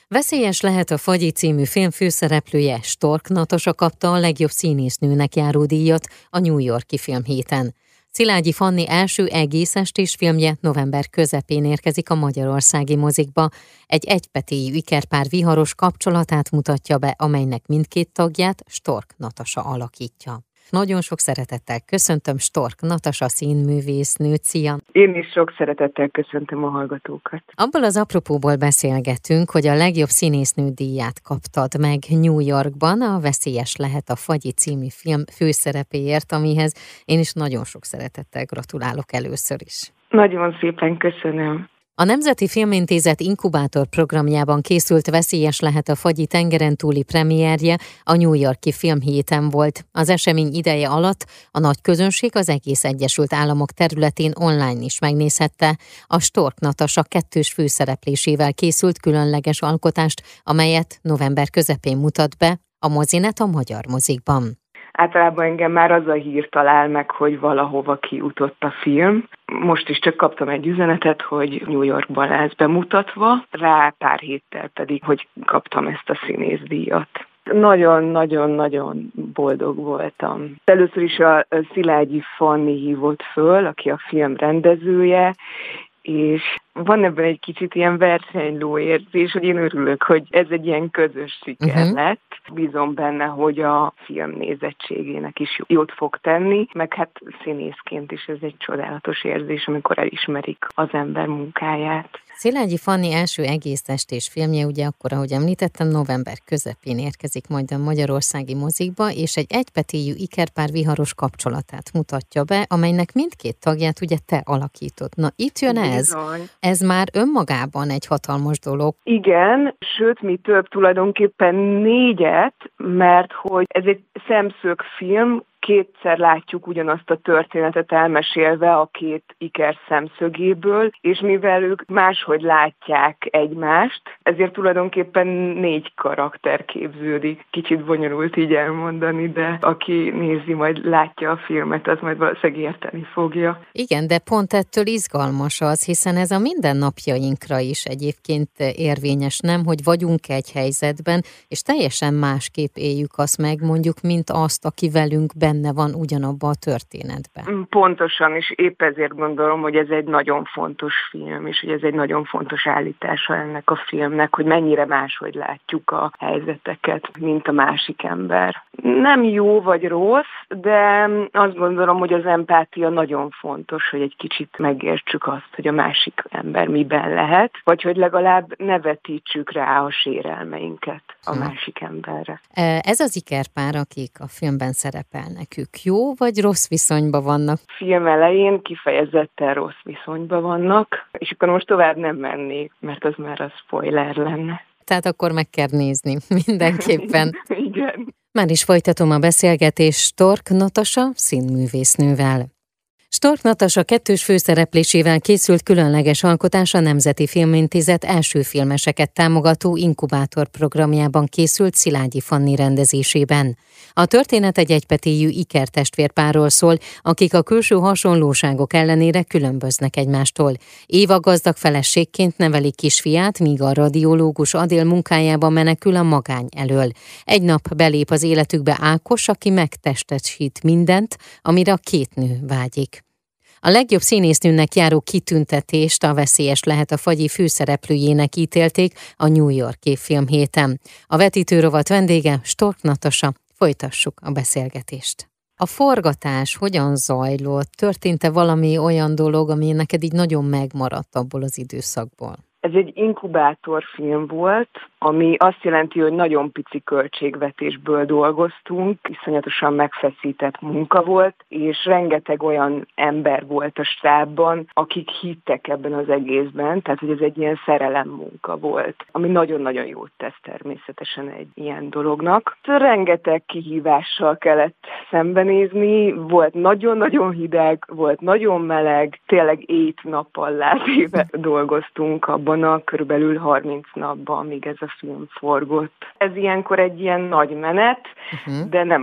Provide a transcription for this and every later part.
Veszélyes lehet a fagyi című film főszereplője, Stork Natasha kapta a legjobb színésznőnek járó díjat a New York-i filmhéten. Szilágyi Fanni első egész estés filmje november közepén érkezik a magyarországi mozikba. Egy egypetéjű ikerpár viharos kapcsolatát mutatja be, amelynek mindkét tagját Stork Natasha alakítja. Nagyon sok szeretettel köszöntöm Stork Natasha színművésznőt, szia! Én is sok szeretettel köszöntöm a hallgatókat. Abból az apropóból beszélgetünk, hogy a legjobb színésznő díját kaptad meg New Yorkban, a Veszélyes lehet a fagyi című film főszerepéért, amihez én is nagyon sok szeretettel gratulálok először is. Nagyon szépen köszönöm. A Nemzeti Filmintézet inkubátor programjában készült Veszélyes lehet a fagyi tengeren túli premierje a New York-i filmhéten volt. Az esemény ideje alatt a nagy közönség az egész Egyesült Államok területén online is megnézhette a Stork Natasha kettős főszereplésével készült különleges alkotást, amelyet november közepén mutat be a Mozinet a magyar mozikban. Általában engem már az a hír talál meg, hogy valahova kijutott a film. Most is csak kaptam egy üzenetet, hogy New Yorkban lesz bemutatva, rá pár héttel pedig, hogy kaptam ezt a színészdíjat. Nagyon-nagyon-nagyon boldog voltam. Először is a Szilágyi Fanni hívott föl, aki a film rendezője, és van ebben egy kicsit ilyen versenyló érzés, hogy én örülök, hogy ez egy ilyen közös siker lett. Bízom benne, hogy a film nézettségének is jót fog tenni, meg hát színészként is ez egy csodálatos érzés, amikor elismerik az ember munkáját. Szilágyi Fanni első egész estés filmje, ugye akkor, ahogy említettem, november közepén érkezik majd a magyarországi mozikba, és egy egypetéjű ikerpár viharos kapcsolatát mutatja be, amelynek mindkét tagját ugye te alakítod. Na, itt jön ez. Ez már önmagában egy hatalmas dolog. Igen, sőt, mi több, tulajdonképpen 4, mert hogy ez egy szemszögfilm, kétszer látjuk ugyanazt a történetet elmesélve a két iker szemszögéből, és mivel ők máshogy látják egymást, ezért tulajdonképpen 4 karakter képződik. Kicsit bonyolult így elmondani, de aki nézi, majd látja a filmet, az majd valószínűleg érteni fogja. Igen, de pont ettől izgalmas az, hiszen ez a mindennapjainkra is egyébként érvényes, nem, hogy vagyunk egy helyzetben, és teljesen másképp éljük azt meg, mondjuk, mint azt, aki velünk benne van ugyanabban a történetben. Pontosan, és épp ezért gondolom, hogy ez egy nagyon fontos film, és hogy ez egy nagyon fontos állítása ennek a filmnek, hogy mennyire máshogy látjuk a helyzeteket, mint a másik ember. Nem jó vagy rossz, de azt gondolom, hogy az empátia nagyon fontos, hogy egy kicsit megértsük azt, hogy a másik ember miben lehet, vagy hogy legalább ne vetítsük rá a sérelmeinket a másik emberre. Ez az ikerpár, akik a filmben szerepelnek, ők jó vagy rossz viszonyban vannak? Film elején kifejezetten rossz viszonyban vannak, és akkor most tovább nem mennék, mert az már a spoiler lenne. Tehát akkor meg kell nézni mindenképpen. Igen. Már is folytatom a beszélgetést Stork Natasha színművésznővel. Stork Natasha kettős főszereplésével készült különleges alkotás a Nemzeti Filmintézet első filmeseket támogató inkubátor programjában készült Szilágyi Fanni rendezésében. A történet egy egypetéjű ikertestvérpárról szól, akik a külső hasonlóságok ellenére különböznek egymástól. Éva gazdag feleségként neveli kisfiát, míg a radiológus Adél munkájába menekül a magány elől. Egy nap belép az életükbe Ákos, aki megtestesít mindent, amire a két nő vágyik. A legjobb színésznőnek járó kitüntetést a Veszélyes lehet a fagyi főszereplőjének ítélték a New York-i filmhéten. A vetítőrovat vendége Stork Natasha. Folytassuk a beszélgetést. A forgatás hogyan zajlott? Történt-e valami olyan dolog, ami neked így nagyon megmaradt abból az időszakból? Ez egy inkubátorfilm volt, ami azt jelenti, hogy nagyon pici költségvetésből dolgoztunk, iszonyatosan megfeszített munka volt, és rengeteg olyan ember volt a stábban, akik hittek ebben az egészben, tehát hogy ez egy ilyen szerelem munka volt, ami nagyon-nagyon jót tesz természetesen egy ilyen dolognak. Rengeteg kihívással kellett szembenézni, volt nagyon-nagyon hideg, volt nagyon meleg, tényleg 7 nappal látéve dolgoztunk abban a körülbelül 30 napban, amíg ez a film forgott. Ez ilyenkor egy ilyen nagy menet, de nem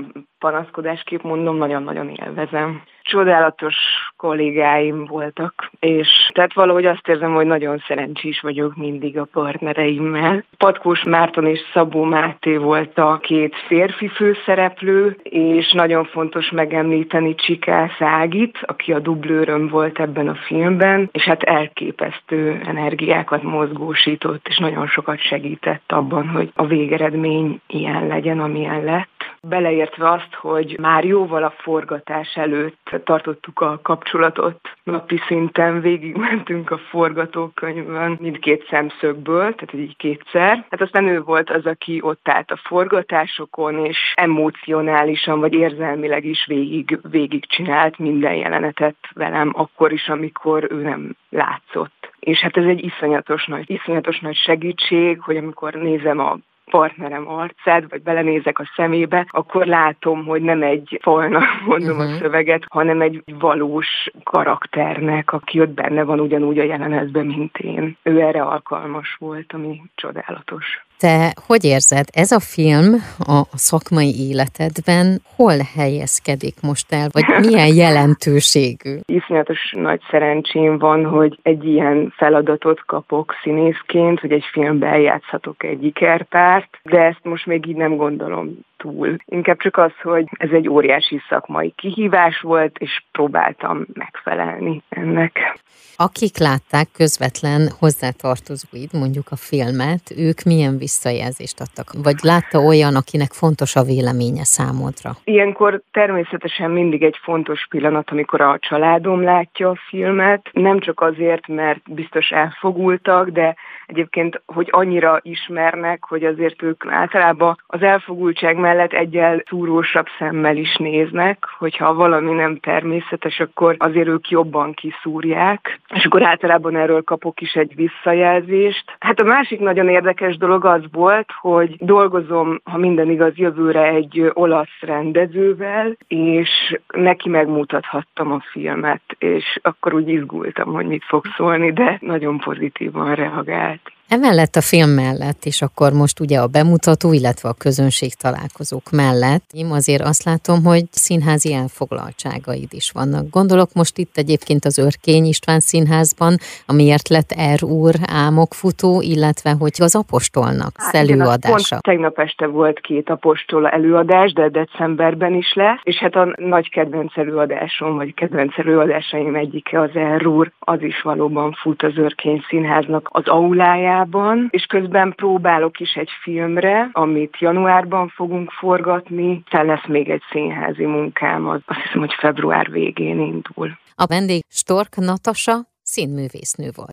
panaszkodásképp mondom, nagyon-nagyon élvezem. Csodálatos kollégáim voltak, és tehát valahogy azt érzem, hogy nagyon szerencsés vagyok mindig a partnereimmel. Patkós Márton és Szabó Máté volt a két férfi főszereplő, és nagyon fontos megemlíteni Csikász Ágit, aki a dublőröm volt ebben a filmben, és hát elképesztő energiákat mozgósított, és nagyon sokat segített abban, hogy a végeredmény ilyen legyen, amilyen lett. Beleértve azt, hogy már jóval a forgatás előtt tartottuk a kapcsolatot. Napi szinten végigmentünk a forgatókönyvön mindkét szemszögből, tehát így kétszer. Hát aztán ő volt az, aki ott állt a forgatásokon, és emocionálisan vagy érzelmileg is végig csinált minden jelenetet velem, akkor is, amikor ő nem látszott. És hát ez egy iszonyatos nagy segítség, hogy amikor nézem a partnerem arcát, vagy belenézek a szemébe, akkor látom, hogy nem egy falnak mondom a szöveget, hanem egy valós karakternek, aki ott benne van ugyanúgy a jelenetben, mint én. Ő erre alkalmas volt, ami csodálatos. Te hogy érzed, ez a film a szakmai életedben hol helyezkedik most el, vagy milyen jelentőségű? Iszonyatos nagy szerencsém van, hogy egy ilyen feladatot kapok színészként, hogy egy filmben eljátszhatok egy ikerpárt, de ezt most még így nem gondolom túl. Inkább csak az, hogy ez egy óriási szakmai kihívás volt, és próbáltam megfelelni ennek. Akik látták közvetlen hozzátartozóid, mondjuk a filmet, ők milyen visszajelzést adtak? Vagy látta olyan, akinek fontos a véleménye számodra? Ilyenkor természetesen mindig egy fontos pillanat, amikor a családom látja a filmet. Nem csak azért, mert biztos elfogultak, de egyébként, hogy annyira ismernek, hogy azért ők általában az elfogultság mellett egyel szúrósabb szemmel is néznek, hogyha valami nem természetes, akkor azért ők jobban kiszúrják, és akkor általában erről kapok is egy visszajelzést. Hát a másik nagyon érdekes dolog az volt, hogy dolgozom, ha minden igaz, jövőre egy olasz rendezővel, és neki megmutathattam a filmet, és akkor úgy izgultam, hogy mit fog szólni, de nagyon pozitívan reagált. Emellett a film mellett, és akkor most ugye a bemutató, illetve a közönség találkozók mellett, én azért azt látom, hogy színházi elfoglaltságaid is vannak. Gondolok most itt egyébként az Örkény István Színházban, amiért lett úr álmokfutó, illetve hogy az Apostolnak előadása. Tegnap este volt 2 Apostol előadás, de decemberben is lesz, és hát a nagy kedvenc előadásom, vagy kedvenc előadásaim egyike az úr, az is valóban fut az Örkény Színháznak az aulájában, és közben próbálok is egy filmre, amit januárban fogunk forgatni, aztán lesz még egy színházi munkám, azt hiszem, hogy február végén indul. A vendég Stork Natasha színművésznő volt.